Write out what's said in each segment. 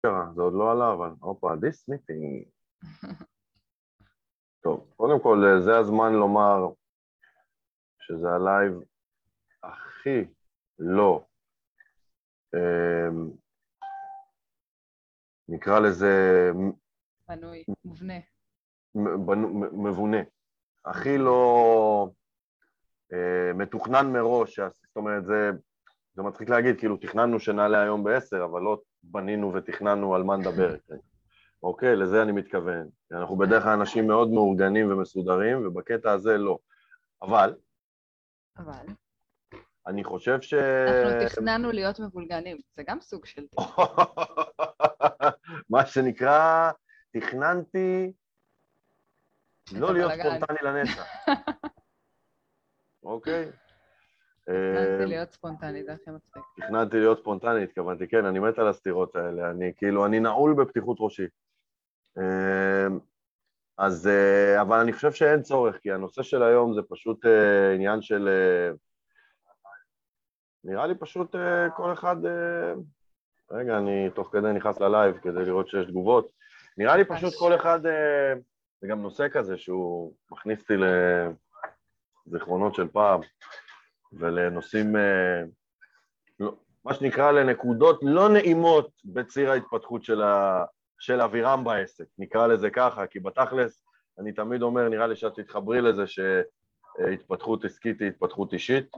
זה עוד לא עלה, אבל הופה, this meeting. טוב, קודם כל, זה הזמן לומר שזה הלייב הכי לא, נקרא לזה בנוי, מובנה. מבונה, הכי לא מתוכנן מראש, זאת אומרת, זה מצחיק להגיד, כאילו תכננו שנעלה היום ב-10, אבל לא בנינו ותכננו על מה נדבר. אוקיי, לזה אני מתכוון. אנחנו בדרך כלל אנשים מאוד מאורגנים ומסודרים, ובקטע הזה לא. אבל אני חושב אנחנו תכננו להיות מבולגנים, זה גם סוג של תכנון. מה שנקרא, תכננתי לא להיות ספונטני לנצח. אוקיי? תכננתי להיות ספונטני, זה הכי מצחיק. תכננתי להיות ספונטני, התכוונתי, כן, אני מת על הסתירות האלה, אני נעול בפתיחות ראשי. אז, אבל אני חושב שאין צורך, כי הנושא של היום זה פשוט עניין של, נראה לי פשוט כל אחד, רגע, אני תוך כדי נכנס ללייב כדי לראות שיש תגובות, נראה לי פשוט כל אחד, זה גם נושא כזה שהוא מכניס אותי לזיכרונות של פעם, ולנושאים, מה שנקרא לנקודות לא נעימות בציר ההתפתחות של אווירם בעסק, נקרא לזה ככה, כי בתכלס אני תמיד אומר, נראה לי שאת תתחברי לזה שהתפתחות עסקית היא התפתחות אישית.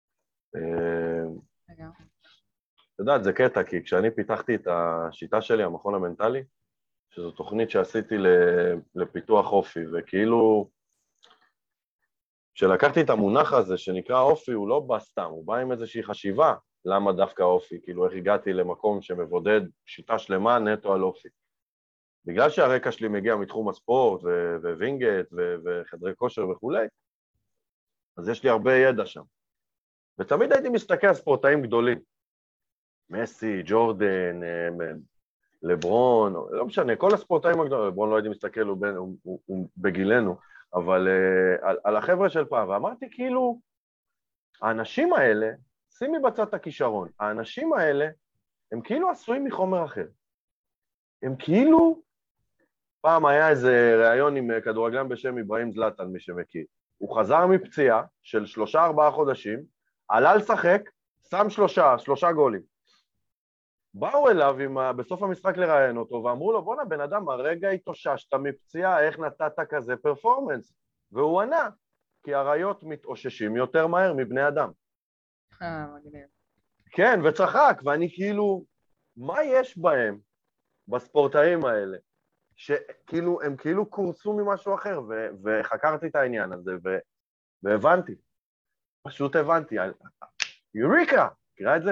את יודעת, זה קטע, כי כשאני פיתחתי את השיטה שלי, המכון המנטלי, שזו תוכנית שעשיתי לפיתוח אופי, וכאילו, כשלקחתי את המונח הזה שנקרא אופי, הוא לא בא סתם, הוא בא עם איזושהי חשיבה, למה דווקא אופי, כאילו איך הגעתי למקום שמבודד שיטה שלמה נטו על אופי. בגלל שהרקע שלי מגיע מתחום הספורט ווינגט וחדרי כושר וכולי, אז יש לי הרבה ידע שם. ותמיד הייתי מסתכל על ספורטאים גדולים, מסי, ג'ורדן, לברון, לא משנה, כל הספורטאים הגדולים, לברון לא הייתי מסתכל, הוא בגילנו, אבל על החבר'ה של פעם, ואמרתי כאילו, האנשים האלה, שימי בצד את הכישרון, האנשים האלה, הם כאילו עשויים מחומר אחר. הם כאילו, פעם היה איזה ראיון עם כדורגלן בשם אברהים זלאטן, מי שמכיר. הוא חזר מפציעה של 3-4 חודשים, עלה לשחק, שם 3 גולים. באו אליו בסוף המשחק לראיין אותו, ואמרו לו, בונה בן אדם, הרגע התאוששת מפציעה, איך נתת כזה פרפורמנס? והוא ענה, כי הריות מתאוששים יותר מהר מבני אדם. מגניב. כן, וצחק, ואני כאילו, מה יש בהם, בספורטאים האלה, שכאילו, הם כאילו קורסו ממשהו אחר, וחקרתי את העניין הזה, והבנתי, פשוט הבנתי, יוריקה, מכירה את זה?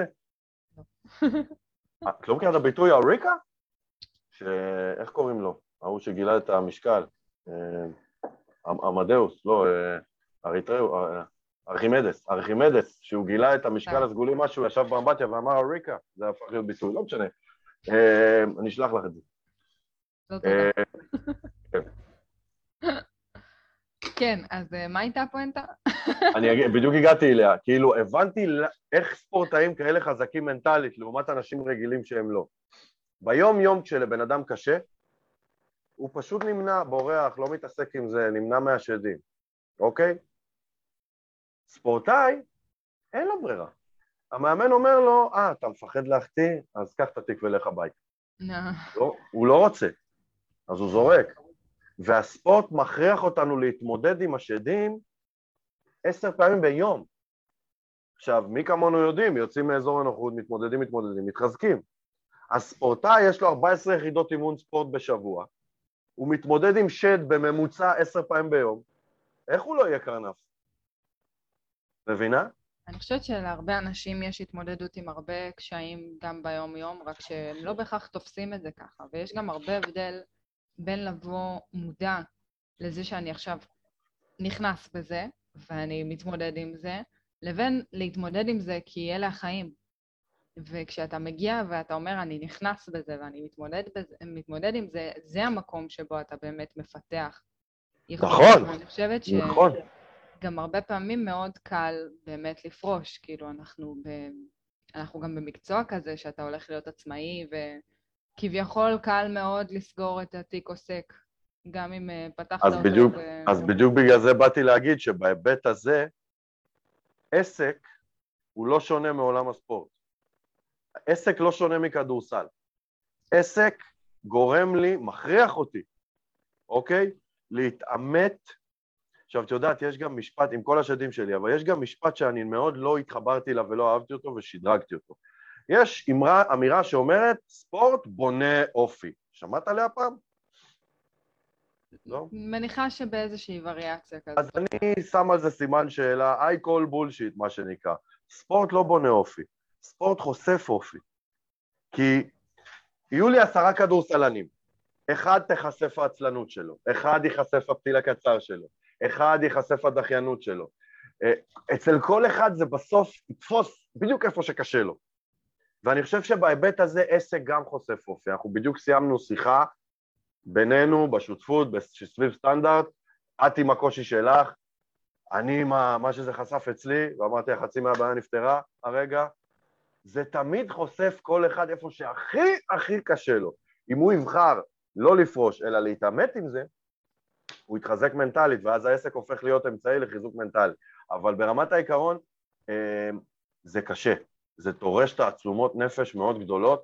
את לא מכירה את הביטוי יוריקה? איך קוראים לו? ההוא שגילה את המשקל, עמדאוס, לא, ארכימדס, שהוא גילה את המשקל הסגולי משהו, ישב באמבטיה ואמר יוריקה, זה הפך להיות ביטוי, לא משנה. אני אשלח לך את זה. לא תודה. כן, אז מה הייתה הפואנטה? בדיוק הגעתי אליה, כאילו הבנתי איך ספורטאים כאלה חזקים מנטלית, לעומת אנשים רגילים שהם לא. ביום יום כשלבן אדם קשה, הוא פשוט נמנע, בורח, לא מתעסק עם זה, נמנע מהשדים, אוקיי? ספורטאי, אין לו ברירה. המאמן אומר לו, אתה מפחד להחטיא, אז קח את התיק ולך הביתה. הוא לא רוצה, אז הוא זורק. והספורט מכריח אותנו להתמודד עם השדים 10 פעמים ביום. עכשיו, מי כמונו יודעים, יוצאים מאזור הנוחות, מתמודדים, מתחזקים. הספורטאי יש לו 14 יחידות אימון ספורט בשבוע, הוא מתמודד עם שד בממוצע 10 פעמים ביום, איך הוא לא יהיה קרנף? מבינה? אני חושבת שלהרבה אנשים יש התמודדות עם הרבה קשיים גם ביום יום, רק שהם לא בהכרח תופסים את זה ככה, ויש גם הרבה הבדל בין לבוא מודע לזה שאני עכשיו נכנס בזה, ואני מתמודד עם זה, לבין להתמודד עם זה כי אלה החיים. וכשאתה מגיע ואתה אומר, אני נכנס בזה ואני מתמודד עם זה, זה המקום שבו אתה באמת מפתח. נכון, ואני חושבת נכון. גם הרבה פעמים מאוד קל באמת לפרוש, כאילו אנחנו גם במקצוע כזה שאתה הולך להיות עצמאי כביכול קל מאוד לסגור את התיק עוסק, גם אם פתחת אז אותו בדיוק, אז בדיוק בגלל זה באתי להגיד שבהיבט הזה, עסק הוא לא שונה מעולם הספורט. עסק לא שונה מכדורסל. עסק גורם לי, מכריח אותי, אוקיי? להתאמת. עכשיו, את יודעת, יש גם משפט, עם כל השדים שלי, אבל יש גם משפט שאני מאוד לא התחברתי לה ולא אהבתי אותו ושדרגתי אותו. יש אמירה שאומרת, ספורט בונה אופי. שמעת עליה פעם? לא? מניחה שבאיזושהי וריאציה כזאת. אז אני שם על זה סימן שאלה, I call bullshit, מה שנקרא. ספורט לא בונה אופי, ספורט חושף אופי. כי יהיו לי 10 כדורסלנים, אחד תחשף העצלנות שלו, אחד יחשף הפתיל הקצר שלו, אחד יחשף הדחיינות שלו. אצל כל אחד זה בסוף יתפוס בדיוק איפה שקשה לו. ואני חושב שבהיבט הזה עסק גם חושף אופי. אנחנו בדיוק סיימנו שיחה בינינו בשותפות, סביב סטנדרט, את עם הקושי שלך, אני מה שזה חשף אצלי, ואמרתי, החצי מהבעיה נפתרה הרגע, זה תמיד חושף כל אחד איפה שהכי הכי קשה לו. אם הוא יבחר לא לפרוש, אלא להתאמת עם זה, הוא יתחזק מנטלית, ואז העסק הופך להיות אמצעי לחיזוק מנטלי. אבל ברמת העיקרון, זה קשה. זה תורש תעצומות נפש מאוד גדולות,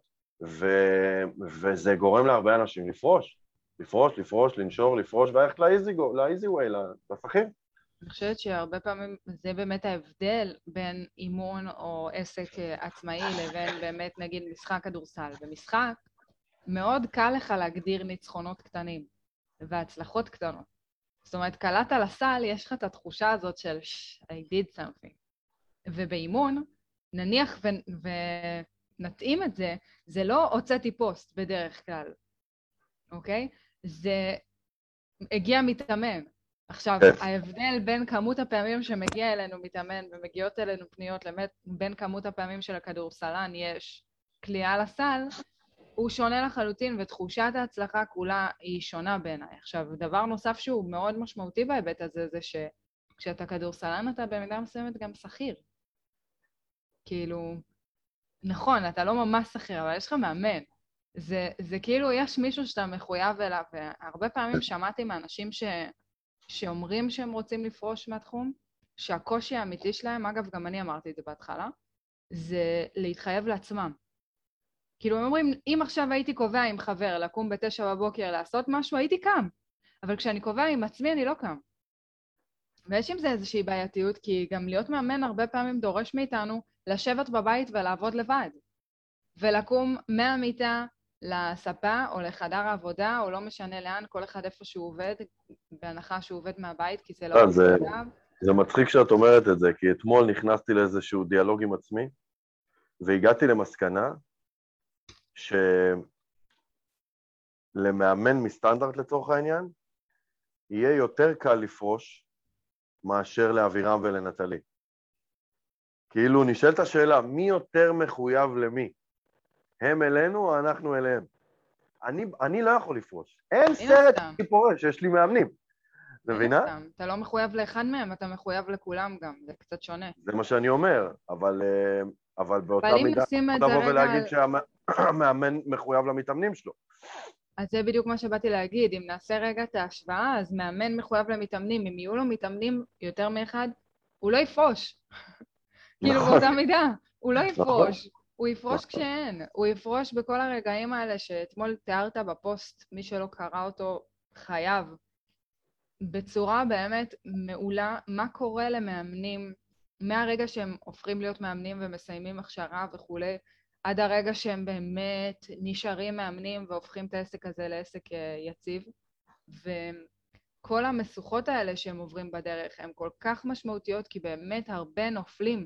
וזה גורם להרבה אנשים לפרוש. לפרוש, לנשור, לפרוש, וללכת לאיזי ווי, לפחים. אני חושבת שהרבה פעמים זה באמת ההבדל בין אימון או עסק עצמאי לבין באמת נגיד משחק כדורסל. במשחק מאוד קל לך להגדיר ניצחונות קטנים והצלחות קטנות. זאת אומרת, קלעת לסל, יש לך את התחושה הזאת של I did something. ובאימון, נניח ונתאים את זה, זה לא הוצאתי פוסט בדרך כלל, אוקיי? זה הגיע מתאמן. עכשיו, ההבדל בין כמות הפעמים שמגיע אלינו מתאמן ומגיעות אלינו פניות בין כמות הפעמים של הכדורסלן יש קליעה לסל, הוא שונה לחלוטין, ותחושת ההצלחה כולה היא שונה בעיניי. עכשיו, דבר נוסף שהוא מאוד משמעותי בהיבט הזה, זה שכשאתה כדורסלן אתה במידה מסוימת גם שכיר. כאילו, נכון, אתה לא ממש שכיר, אבל יש לך מאמן. זה כאילו, יש מישהו שאתה מחויב אליו, והרבה פעמים שמעתי מאנשים שאומרים שהם רוצים לפרוש מהתחום, שהקושי האמיתי שלהם, אגב, גם אני אמרתי את זה בהתחלה, זה להתחייב לעצמם. כאילו, הם אומרים, אם עכשיו הייתי קובע עם חבר לקום ב9 בבוקר לעשות משהו, הייתי קם. אבל כשאני קובע עם עצמי, אני לא קם. ויש עם זה איזושהי בעייתיות, כי גם להיות מאמן הרבה פעמים דורש מאיתנו לשבת בבית ולעבוד לבד. ולקום מהמיטה לספה או לחדר העבודה, או לא משנה לאן, כל אחד איפה שהוא עובד, בהנחה שהוא עובד מהבית, כי זה לא עובד. זה מצחיק שאת אומרת את זה, כי אתמול נכנסתי לאיזשהו דיאלוג עם עצמי, והגעתי למסקנה שלמאמן מסטנדרט לצורך העניין, יהיה יותר קל לפרוש מאשר לאבירם ולנטלי. כאילו נשאלת השאלה, מי יותר מחויב למי? הם אלינו או אנחנו אליהם? אני לא יכול לפרוש. אין סרט שאני פורש, יש לי מאמנים. מבינה? אתה לא מחויב לאחד מהם, אתה מחויב לכולם גם, זה קצת שונה. זה מה שאני אומר, אבל באותה מידה, לבוא ולהגיד שהמאמן מחויב למתאמנים שלו. אז זה בדיוק מה שבאתי להגיד, אם נעשה רגע את ההשוואה, אז מאמן מחויב למתאמנים, אם יהיו לו מתאמנים יותר מאחד, הוא לא יפרוש. כאילו באותה מידה, הוא לא יפרוש. הוא יפרוש כשאין, הוא יפרוש בכל הרגעים האלה שאתמול תיארת בפוסט, מי שלא קרא אותו חייב. בצורה באמת מעולה, מה קורה למאמנים מהרגע שהם הופכים להיות מאמנים ומסיימים הכשרה וכולי, עד הרגע שהם באמת נשארים מאמנים והופכים את העסק הזה לעסק יציב. וכל המשוכות האלה שהם עוברים בדרך הן כל כך משמעותיות, כי באמת הרבה נופלים.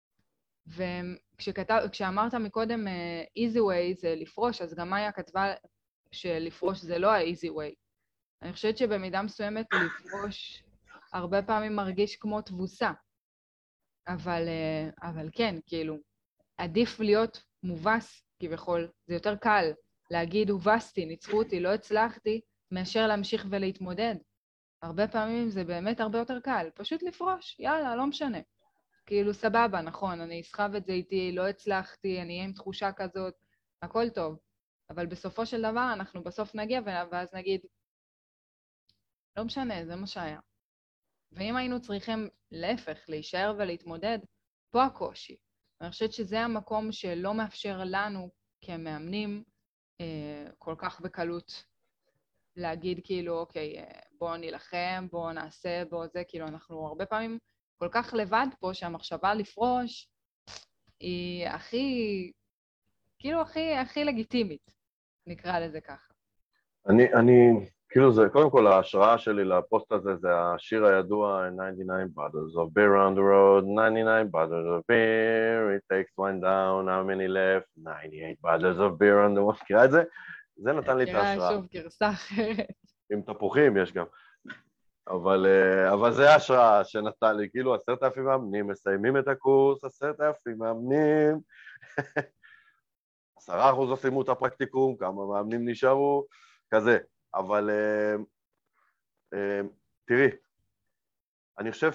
וכשאמרת מקודם easy way זה לפרוש, אז גם מאיה כתבה שלפרוש זה לא ה-easy way. אני חושבת שבמידה מסוימת לפרוש הרבה פעמים מרגיש כמו תבוסה. אבל כן, כאילו, עדיף להיות מובס כביכול. זה יותר קל להגיד הובסתי, ניצחו אותי, לא הצלחתי, מאשר להמשיך ולהתמודד. הרבה פעמים זה באמת הרבה יותר קל. פשוט לפרוש, יאללה, לא משנה. כאילו, סבבה, נכון, אני אסחב את זה איתי, לא הצלחתי, אני אהיה עם תחושה כזאת, הכל טוב. אבל בסופו של דבר אנחנו בסוף נגיע ואז נגיד, לא משנה, זה מה שהיה. ואם היינו צריכים להפך, להישאר ולהתמודד, פה הקושי. אני חושבת שזה המקום שלא מאפשר לנו כמאמנים כל כך בקלות להגיד כאילו, אוקיי, בואו נלחם, בואו נעשה, בואו זה, כאילו אנחנו הרבה פעמים כל כך לבד פה שהמחשבה לפרוש היא הכי לגיטימית, נקרא לזה ככה. כאילו זה, קודם כל ההשראה שלי לפוסט הזה זה השיר הידוע 99 bottles of beer on the road, 99 bottles of beer, it takes one down, how many left, 98 bottles of beer on the road, מכירה את זה? זה נתן לי את ההשראה. שוב, גרסה אחרת. עם תפוחים יש גם. אבל זה ההשראה שנתן לי, כאילו 10,000 מאמנים, מסיימים את הקורס, 10,000 מאמנים, 10% עושים את הפרקטיקום, כמה מאמנים נשארו, כזה. אבל תראי, אני חושב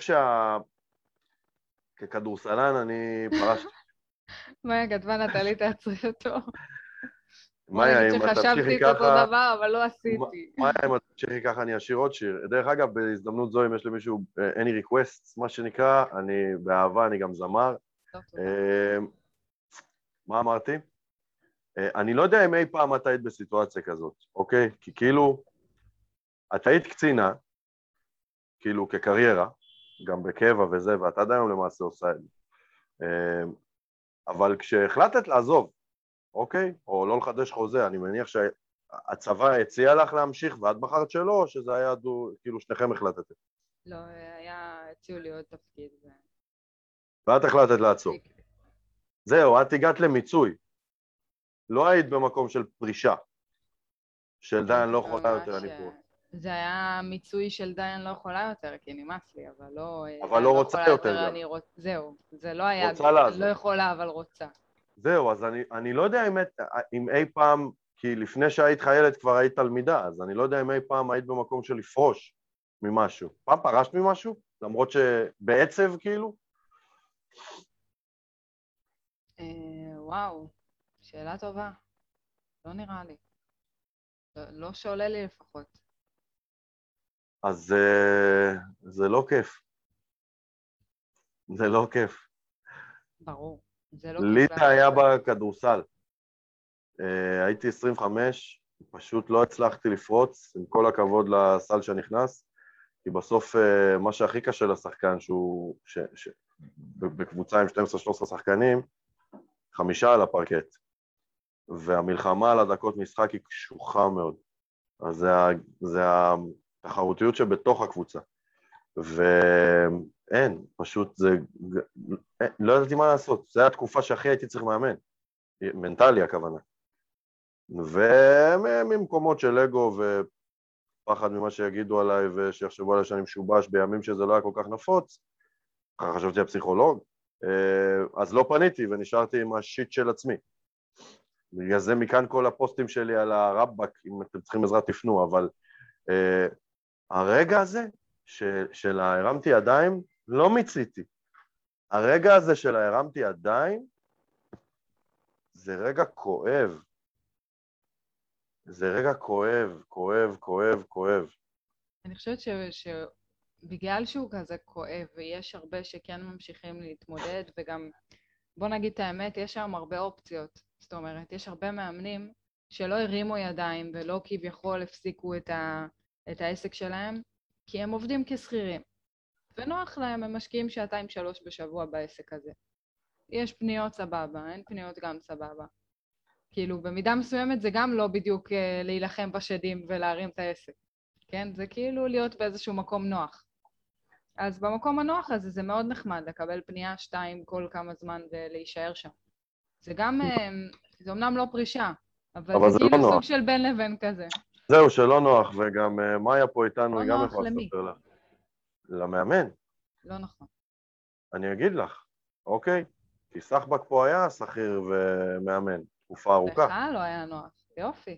ככדורסלן אני פרשתי. מאיה כתבה נטלי תעצרי אותו. מאיה, אם את תמשיכי חשבתי את אותו דבר, אבל לא עשיתי. מאיה, אם את תמשיכי ככה, אני אשאיר עוד שיר. דרך אגב, בהזדמנות זו, אם יש למישהו any requests, מה שנקרא, אני באהבה, אני גם זמר. מה אמרתי? אני לא יודע אם אי פעם את היית בסיטואציה כזאת, אוקיי? כי כאילו, את היית קצינה, כאילו כקריירה, גם בקבע וזה, ואת עד היום למעשה עושה את זה. אבל כשהחלטת לעזוב, אוקיי? או לא לחדש חוזה, אני מניח שהצבא הציע לך להמשיך, ואת בחרת שלא, או שזה היה כאילו שניכם החלטתם? לא, הציעו לי עוד תפקיד. ואת החלטת לעצור. זהו, את הגעת למיצוי. לא היית במקום של פרישה, של דיין לא יכולה יותר, אני פה. זה היה מיצוי של דיין לא יכולה יותר, כי נמאס לי, אבל לא... אבל לא רוצה יותר גם. זהו, זה לא היה... לא יכולה, אבל רוצה. זהו, אז אני לא יודע אם אי פעם, כי לפני שהיית חיילת כבר היית תלמידה, אז אני לא יודע אם אי פעם היית במקום של לפרוש ממשהו. פעם פרשת ממשהו? למרות שבעצב כאילו? וואו, שאלה טובה. לא נראה לי. לא שעולה לי לפחות. אז זה לא כיף. זה לא כיף. ברור. לי זה היה בכדורסל. הייתי 25, פשוט לא הצלחתי לפרוץ, עם כל הכבוד לסל שנכנס, כי בסוף מה שהכי קשה לשחקן, שהוא בקבוצה עם 12-13 שחקנים, 5 על הפרקט, והמלחמה על הדקות משחק היא קשוחה מאוד. אז זה התחרותיות שבתוך הקבוצה. ואין, פשוט זה, לא ידעתי מה לעשות, זו התקופה שהכי הייתי צריך מאמן, מנטלי הכוונה. וממקומות של אגו ופחד ממה שיגידו עליי ושיחשבו עליי שאני משובש בימים שזה לא היה כל כך נפוץ, ככה חשבתי על פסיכולוג, אז לא פניתי ונשארתי עם השיט של עצמי. בגלל זה מכאן כל הפוסטים שלי על הרבק, אם אתם צריכים עזרה תפנו, אבל הרגע הזה של הרמתי ידיים, לא מיציתי. הרגע הזה של הרמתי ידיים, זה רגע כואב. זה רגע כואב, כואב, כואב, כואב. אני חושבת שבגלל שהוא כזה כואב, ויש הרבה שכן ממשיכים להתמודד, וגם, בוא נגיד את האמת, יש שם הרבה אופציות. זאת אומרת, יש הרבה מאמנים שלא הרימו ידיים, ולא כביכול הפסיקו את העסק שלהם, כי הם עובדים כשכירים. ונוח להם, הם משקיעים 2-3 בשבוע בעסק הזה. יש פניות סבבה, אין פניות גם סבבה. כאילו, במידה מסוימת זה גם לא בדיוק להילחם בשדים ולהרים את העסק. כן? זה כאילו להיות באיזשהו מקום נוח. אז במקום הנוח הזה זה מאוד נחמד לקבל פנייה 2 כל כמה זמן ולהישאר שם. זה גם, זה אמנם לא פרישה, אבל זה כאילו סוג של בין לבין כזה. זהו, שלא נוח, וגם מאיה פה איתנו, היא גם יכולה לספר לך. למאמן. לא נכון. אני אגיד לך, אוקיי? כי סחבק פה היה שכיר ומאמן, תקופה ארוכה. לך לא היה נוח, יופי.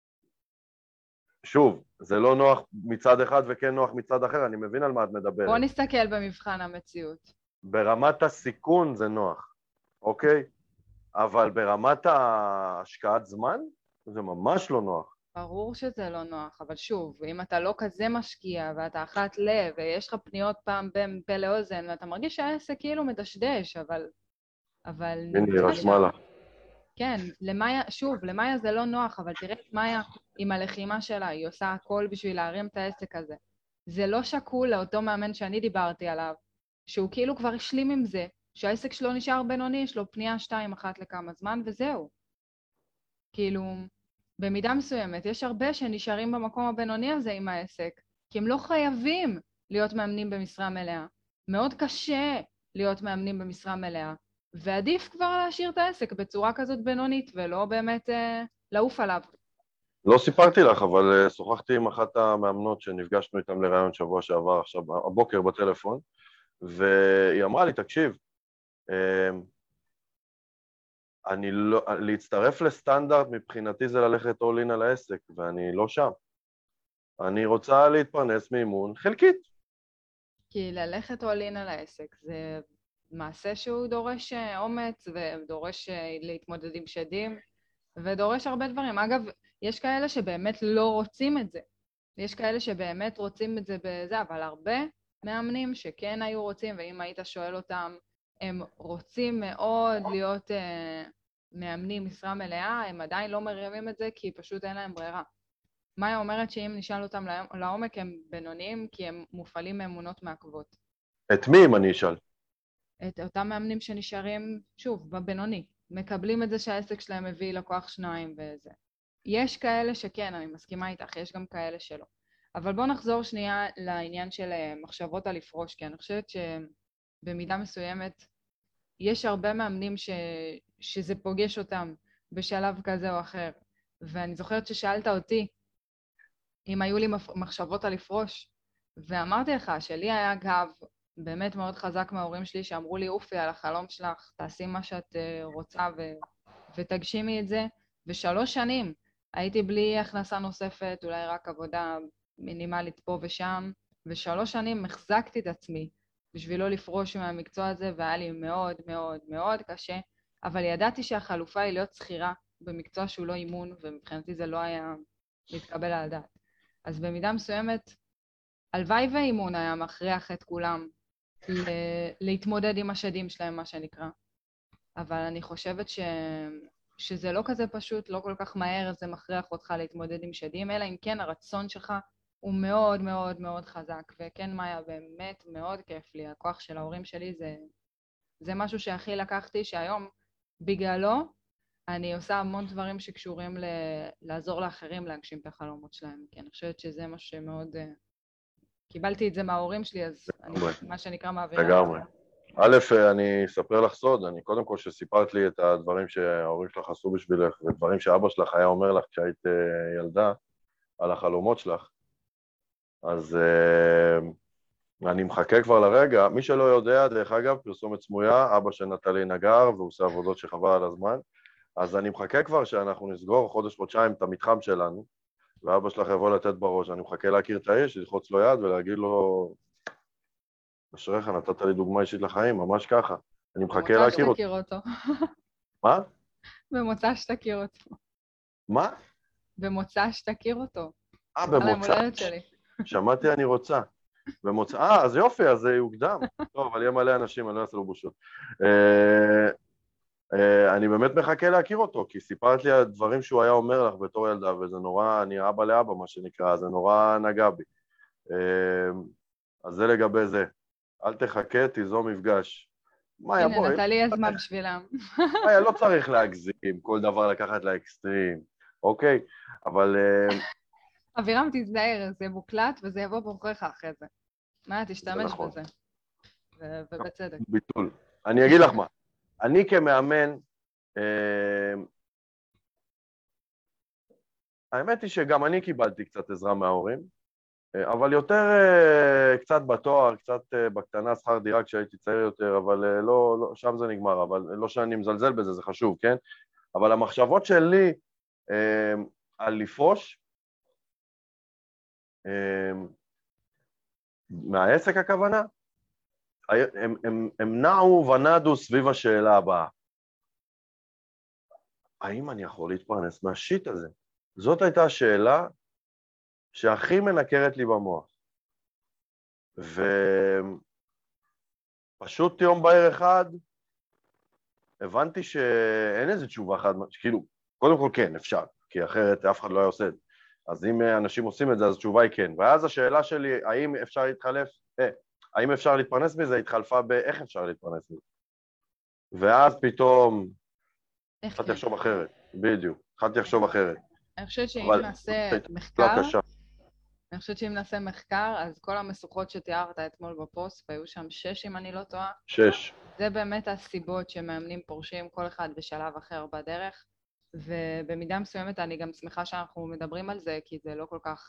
שוב, זה לא נוח מצד אחד וכן נוח מצד אחר, אני מבין על מה את מדברת. בוא נסתכל במבחן המציאות. ברמת הסיכון זה נוח, אוקיי? אבל ברמת ההשקעת זמן, זה ממש לא נוח. ברור שזה לא נוח, אבל שוב, אם אתה לא כזה משקיע ואתה אחת לב ויש לך פניות פעם בין פה לאוזן ואתה מרגיש שהעסק כאילו מדשדש, אבל הנה, היא נמצא רשמה שם. לה. כן, שוב, למאיה זה לא נוח, אבל תראה את מאיה עם הלחימה שלה, היא עושה הכל בשביל להרים את העסק הזה. זה לא שקול לאותו מאמן שאני דיברתי עליו, שהוא כאילו כבר השלים עם זה, שהעסק שלו נשאר בינוני, יש לו פנייה 2 אחת לכמה זמן, וזהו. כאילו, במידה מסוימת, יש הרבה שנשארים במקום הבינוני הזה עם העסק, כי הם לא חייבים להיות מאמנים במשרה מלאה. מאוד קשה להיות מאמנים במשרה מלאה, ועדיף כבר להשאיר את העסק בצורה כזאת בינונית, ולא באמת לעוף עליו. לא סיפרתי לך, אבל שוחחתי עם אחת המאמנות שנפגשנו איתם לראיון שבוע שעבר, עכשיו, הבוקר בטלפון, והיא אמרה לי, תקשיב, אני לא, להצטרף לסטנדרט מבחינתי זה ללכת all in על העסק, ואני לא שם. אני רוצה להתפרנס מאימון חלקית. כי ללכת all in על העסק זה מעשה שהוא דורש אומץ, ודורש להתמודד עם שדים, ודורש הרבה דברים. אגב, יש כאלה שבאמת לא רוצים את זה. יש כאלה שבאמת רוצים את זה בזה, אבל הרבה מאמנים שכן היו רוצים, ואם היית שואל אותם, הם רוצים מאוד להיות מאמנים משרה מלאה, הם עדיין לא מרימים את זה כי פשוט אין להם ברירה. מאיה אומרת שאם נשאל אותם לעומק הם בינוניים כי הם מופעלים מאמונות מעכבות. את מי אם אני אשאל? את אותם מאמנים שנשארים, שוב, בבינוני, מקבלים את זה שהעסק שלהם מביא לקוח 2 וזה. יש כאלה שכן, אני מסכימה איתך, יש גם כאלה שלא. אבל בואו נחזור שנייה לעניין של מחשבות על לפרוש, כי אני חושבת שבמידה מסוימת יש הרבה מאמנים שזה פוגש אותם בשלב כזה או אחר. ואני זוכרת ששאלת אותי אם היו לי מחשבות על לפרוש, ואמרתי לך שלי היה גב באמת מאוד חזק מההורים שלי שאמרו לי, אופי, על החלום שלך, תעשי מה שאת רוצה ותגשימי את זה. ו3 שנים הייתי בלי הכנסה נוספת, אולי רק עבודה מינימלית פה ושם, ו3 שנים החזקתי את עצמי בשביל לא לפרוש מהמקצוע הזה, והיה לי מאוד מאוד מאוד קשה, אבל ידעתי שהחלופה היא להיות שכירה במקצוע שהוא לא אימון, ומבחינתי זה לא היה להתקבל על הדעת. אז במידה מסוימת, הלוואי ואימון היה מכריח את כולם להתמודד עם השדים שלהם, מה שנקרא. אבל אני חושבת שזה לא כזה פשוט, לא כל כך מהר זה מכריח אותך להתמודד עם שדים, אלא אם כן הרצון שלך הוא מאוד מאוד מאוד חזק. וכן, מאיה, באמת מאוד כיף לי. הכוח של ההורים שלי זה משהו שהכי לקחתי, שהיום בגללו אני עושה המון דברים שקשורים לעזור לאחרים להגשים את החלומות שלהם. כי אני חושבת שזה מה שמאוד... קיבלתי את זה מההורים שלי, אז אני מה שנקרא מעבירה. לגמרי. א', אני אספר לך סוד, אני קודם כל שסיפרת לי את הדברים שההורים שלך עשו בשבילך, ודברים שאבא שלך היה אומר לך כשהיית ילדה, על החלומות שלך, אז אני מחכה כבר לרגע. מי שלא יודע, דרך אגב, פרסומת סמויה, אבא של נטלי נגר, והוא עושה עבודות שחבל על הזמן, אז אני מחכה כבר שאנחנו נסגור חודש-חודשיים את המתחם שלנו, ואבא שלך יבוא לתת בראש, אני מחכה להכיר את האיש, ללחוץ לו יד ולהגיד לו, אשריך, נתת לי דוגמה אישית לחיים, ממש ככה. אני מחכה להכיר אותו. במוצא שתכיר אותו. מה? במוצא שתכיר אותו. מה? במוצא שתכיר אותו. במוצא. שמעתי אני רוצה. במוצא, אז יופי, אז זה יוקדם. טוב, אבל יהיה מלא אנשים, אני לא אעשה לו בושות. אני באמת מחכה להכיר אותו, כי סיפרת לי על דברים שהוא היה אומר לך בתור ילדה, וזה נורא, אני אבא לאבא, מה שנקרא, זה נורא נגע בי. אז זה לגבי זה. אל תחכה, תיזום מפגש. הנה, נטלי יזמה בשבילם. לא צריך להגזים, כל דבר לקחת לאקסטרים, אוקיי? אבל... אבירם, תזדהר, זה מוקלט וזה יבוא בעוכריך אחרי זה. מה, תשתמש בזה. ובצדק. ביטול. אני אגיד לך מה, אני כמאמן, האמת היא שגם אני קיבלתי קצת עזרה מההורים, אבל יותר קצת בתואר, קצת בקטנה שכר דירה כשהייתי צעיר יותר, אבל לא, שם זה נגמר, אבל לא שאני מזלזל בזה, זה חשוב, כן? אבל המחשבות שלי על לפרוש, מהעסק הכוונה, הם נעו ונדו סביב השאלה הבאה. האם אני יכול להתפרנס מהשיט הזה? זאת הייתה השאלה שהכי מנקרת לי במוח. ופשוט יום בהיר אחד, הבנתי שאין איזו תשובה אחת, כאילו, קודם כל כן, אפשר, כי אחרת אף אחד לא היה עושה את זה. אז אם אנשים עושים את זה, אז התשובה היא כן. ואז השאלה שלי, האם אפשר להתפרנס מזה, התחלפה באיך אפשר להתפרנס מזה. ואז פתאום, התחלתי לחשוב אחרת, בדיוק, התחלתי לחשוב אחרת. אני חושבת שאם אבל נעשה זאת מחקר, הייתה קשה. אני חושבת שאם נעשה מחקר, אז כל המשוכות שתיארת אתמול בפוסט, והיו שם 6 אם אני לא טועה, 6. זה באמת הסיבות שמאמנים פורשים כל אחד בשלב אחר בדרך, ובמידה מסוימת אני גם שמחה שאנחנו מדברים על זה, כי זה לא כל כך...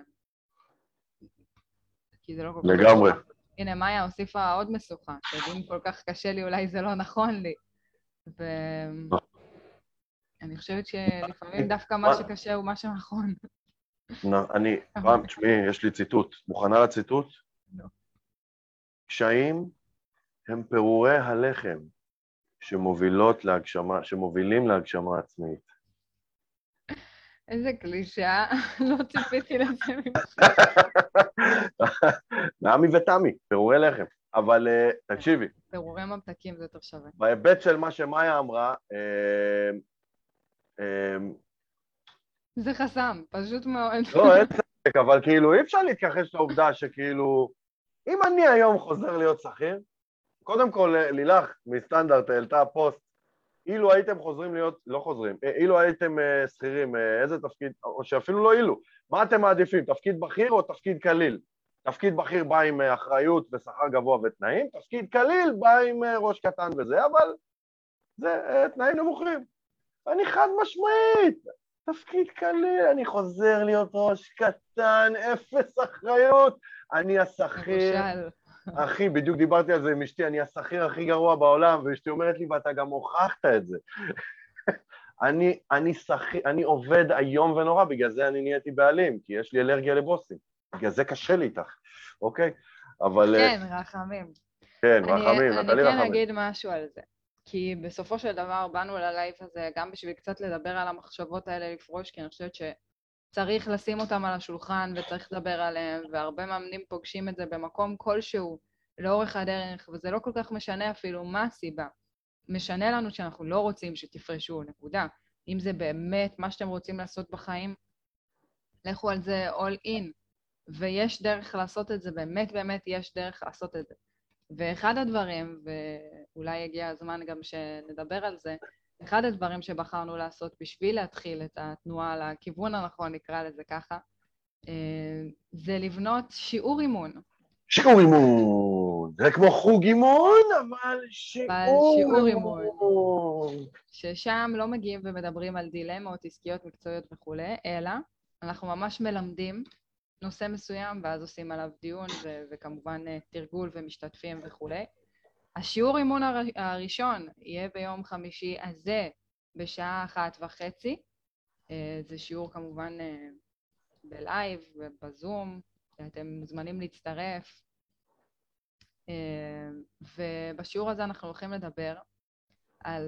לגמרי. הנה, מאיה הוסיפה עוד משוכה, שאם כל כך קשה לי, אולי זה לא נכון לי. ואני חושבת שלפעמים דווקא מה שקשה הוא מה שנכון. תשמעי, יש לי ציטוט. מוכנה לציטוט? לא. קשיים הם פירורי הלחם שמובילים להגשמה עצמית. איזה קלישאה, לא ציפיתי לזה ממך. נעמי ותמי, פירורי לחם. אבל תקשיבי. פירורי ממתקים זה יותר שווה. בהיבט של מה שמאיה אמרה, זה חסם, פשוט מאוד. לא, אין ספק, אבל כאילו אי אפשר להתכחש לעובדה שכאילו, אם אני היום חוזר להיות שכיר, קודם כל לילך מסטנדרט העלתה פוסט, אילו הייתם חוזרים להיות, לא חוזרים, אילו הייתם שכירים, איזה תפקיד, או שאפילו לא אילו, מה אתם מעדיפים, תפקיד בכיר או תפקיד קליל? תפקיד בכיר בא עם אחריות ושכר גבוה ותנאים, תפקיד קליל בא עם ראש קטן וזה, אבל זה תנאים נמוכים. אני חד משמעית, תפקיד קליל, אני חוזר להיות ראש קטן, אפס אחריות, אני השכיר, אחי, בדיוק דיברתי על זה עם אשתי, אני השכיר הכי גרוע בעולם, ואשתי אומרת לי, ואתה גם הוכחת את זה. אני עובד היום ונורא, בגלל זה אני נהייתי בעלים, כי יש לי אלרגיה לבוסים, בגלל זה קשה לי איתך, אוקיי? אבל... כן, רחמים. כן, רחמים, נתן לי רחמים. אני כן אגיד משהו על זה, כי בסופו של דבר באנו ללייב הזה גם בשביל קצת לדבר על המחשבות האלה לפרוש, כי אני חושבת שצריך לשים אותם על השולחן וצריך לדבר עליהם, והרבה מאמנים פוגשים את זה במקום כלשהו לאורך הדרך, וזה לא כל כך משנה אפילו מה הסיבה. משנה לנו שאנחנו לא רוצים שתפרשו, נקודה. אם זה באמת מה שאתם רוצים לעשות בחיים, לכו על זה all in, ויש דרך לעשות את זה, באמת באמת יש דרך לעשות את זה. ואחד הדברים, ואולי הגיע הזמן גם שנדבר על זה, אחד הדברים שבחרנו לעשות בשביל להתחיל את התנועה לכיוון הנכון, נקרא לזה ככה, זה לבנות שיעור אימון. שיעור אימון! זה כמו חוג אימון, אבל שיעור אימון. ששם לא מגיעים ומדברים על דילמות, עסקיות, מקצועיות וכו', אלא אנחנו ממש מלמדים נושא מסוים, ואז עושים עליו דיון, וכמובן תרגול ומשתתפים וכו'. השיעור אימון הראשון יהיה ביום חמישי הזה, בשעה 1:30. זה שיעור כמובן בלייב ובזום, אתם מוזמנים להצטרף. ובשיעור הזה אנחנו הולכים לדבר על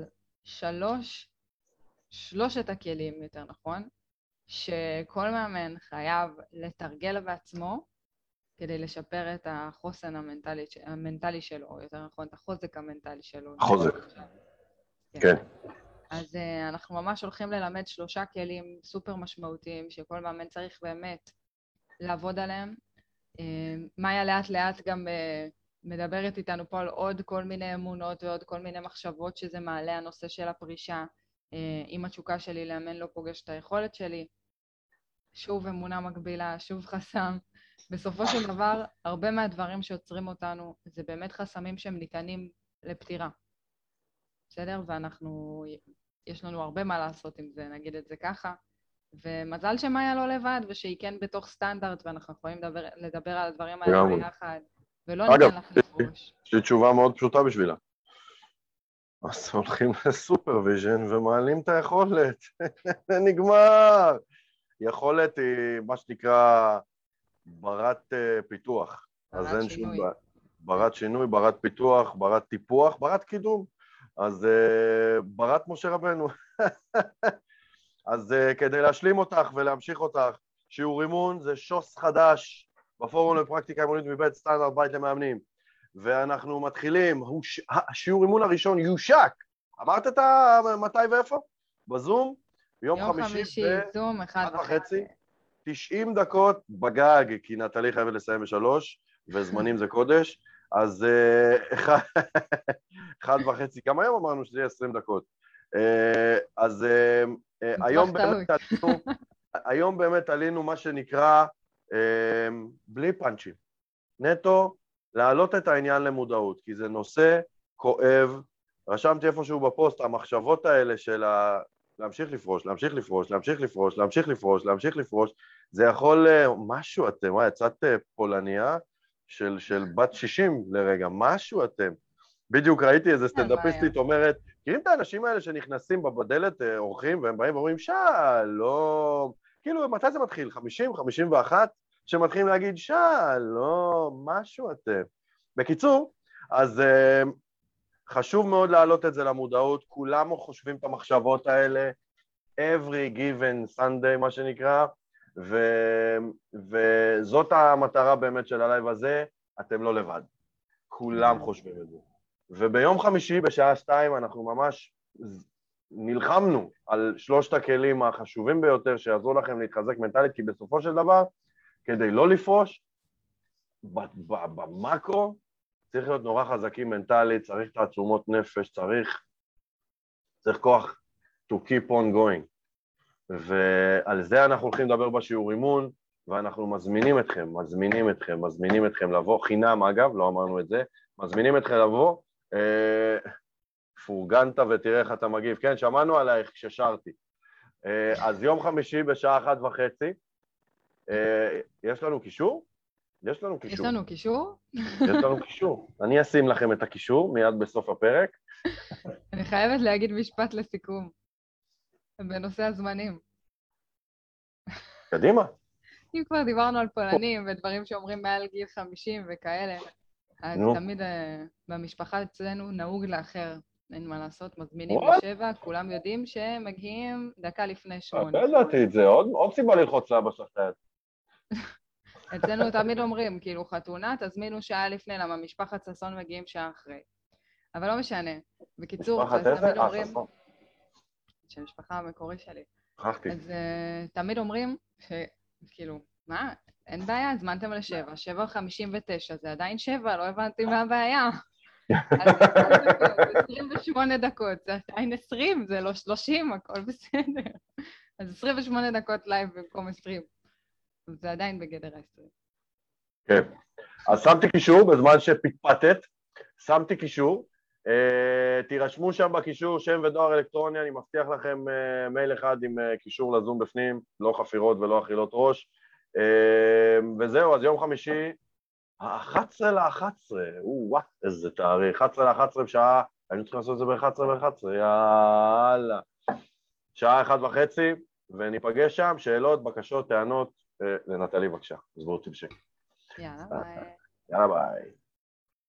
שלושת הכלים, יותר נכון, שכל מאמן חייב לתרגל בעצמו כדי לשפר את החוסן המנטלי שלו, או יותר נכון, את החוזק המנטלי שלו. החוזק, כן. אז אנחנו ממש הולכים ללמד 3 כלים סופר משמעותיים, שכל מאמן צריך באמת לעבוד עליהם. מאיה לאט לאט גם מדברת איתנו פה על עוד כל מיני אמונות ועוד כל מיני מחשבות שזה מעלה, הנושא של הפרישה. אם התשוקה שלי לאמן לא פוגש את היכולת שלי, שוב אמונה מקבילה, שוב חסם. בסופו של דבר, הרבה מהדברים שעוצרים אותנו, זה באמת חסמים שהם ניתנים לפתירה. בסדר? יש לנו הרבה מה לעשות עם זה, נגיד את זה ככה. ומזל שמאיה לא לבד, ושהיא כן בתוך סטנדרט, ואנחנו יכולים לדבר על הדברים האלה ביחד, ולא ניתן לך לפרוש. יש לי תשובה מאוד פשוטה בשבילה. אז הולכים לסופרוויז'ן ומעלים את היכולת. נגמר. יכולת היא מה שנקרא ברת פיתוח. ברת שינוי. ברת שינוי, ברת פיתוח, ברת טיפוח, ברת קידום. אז ברת משה רבנו. אז כדי להשלים אותך ולהמשיך אותך, שיעור אימון זה שוס חדש בפורום לפרקטיקה אימונית מבית סטנדרט בית למאמנים. ואנחנו מתחילים, השיעור אימון הראשון יושק. אמרת את מתי ואיפה? בזום? ביום חמישי, זום, 1:30. 90 דקות בגג, כי נטלי חייבת לסיים ב3, וזמנים זה קודש, אז 1:30, גם היום אמרנו שזה יהיה 20 דקות. אז היום באמת עלינו מה שנקרא בלי פאנצ'ים. נטו, להעלות את העניין למודעות, כי זה נושא כואב. רשמתי איפשהו בפוסט, המחשבות האלה של להמשיך לפרוש, להמשיך לפרוש, להמשיך לפרוש, להמשיך לפרוש, להמשיך לפרוש, זה יכול משהו אתם, יצאת פולניה של בת 60 לרגע, משהו אתם. בדיוק ראיתי איזה סטנדאפיסטית אומרת, תראים את האנשים האלה שנכנסים בדלת אורחים, והם באים ואומרים, שלום, כאילו מתי זה מתחיל? 50, 51? שמתחילים להגיד, שלום, משהו אתם. בקיצור, אז חשוב מאוד להעלות את זה למודעות, כולם חושבים את המחשבות האלה, every given Sunday, מה שנקרא, וזאת המטרה באמת של הלייב הזה, אתם לא לבד. כולם חושבים את זה. וביום חמישי בשעה 2 אנחנו ממש נלחמנו על 3 הכלים החשובים ביותר שיעזרו לכם להתחזק מנטלית, כי בסופו של דבר, כדי לא לפרוש, במקרו, צריך להיות נורא חזקים מנטלית, צריך תעצומות נפש, צריך כוח to keep on going. ועל זה אנחנו הולכים לדבר בשיעור אימון, ואנחנו מזמינים אתכם לבוא, חינם אגב, לא אמרנו את זה, מזמינים אתכם לבוא, פורגנת ותראה איך אתה מגיב, כן, שמענו עלייך כששרתי. אז יום חמישי בשעה 1:30, יש לנו קישור? יש לנו קישור. אני אשים לכם את הקישור מיד בסוף הפרק. אני חייבת להגיד משפט לסיכום, בנושא הזמנים. קדימה. אם כבר דיברנו על פולנים ודברים שאומרים מעל גיל 50 וכאלה, אז תמיד במשפחה אצלנו נהוג לאחר, אין מה לעשות, מזמינים ב7, כולם יודעים שהם מגיעים דקה לפני 8. ידעתי את זה, עוד סיבה ללחוץ לאבא שלך. אצלנו תמיד אומרים, כאילו חתונה, תזמינו שעה לפני, למה משפחת ששון מגיעים שעה אחרי. אבל לא משנה. בקיצור, אז תמיד אומרים... של המשפחה המקורי שלי. אז תמיד אומרים שכאילו, מה? אין בעיה, הזמנתם ל7, 7:59, זה עדיין 7, לא הבנתי מה הבעיה. אז 28 דקות, זה עדיין 20, זה לא 30, הכל בסדר. אז 28 דקות לייב במקום 20. זה עדיין בגדר 20. כן. אז שמתי קישור, בזמן שפתפתת, שמתי קישור, תירשמו שם בקישור, שם ודואר אלקטרוני, אני מבטיח לכם מייל אחד עם קישור לזום בפנים, לא חפירות ולא אכילות ראש, וזהו, אז יום חמישי, ה-11/11, וואו, איזה תאריך, 11/11 בשעה, היינו צריכים לעשות את זה ב-11/11, יאללה, שעה 1:30, וניפגש שם, שאלות, בקשות, טענות, לנטלי בבקשה, אז בואו תמשך. יאללה ביי. יאללה ביי.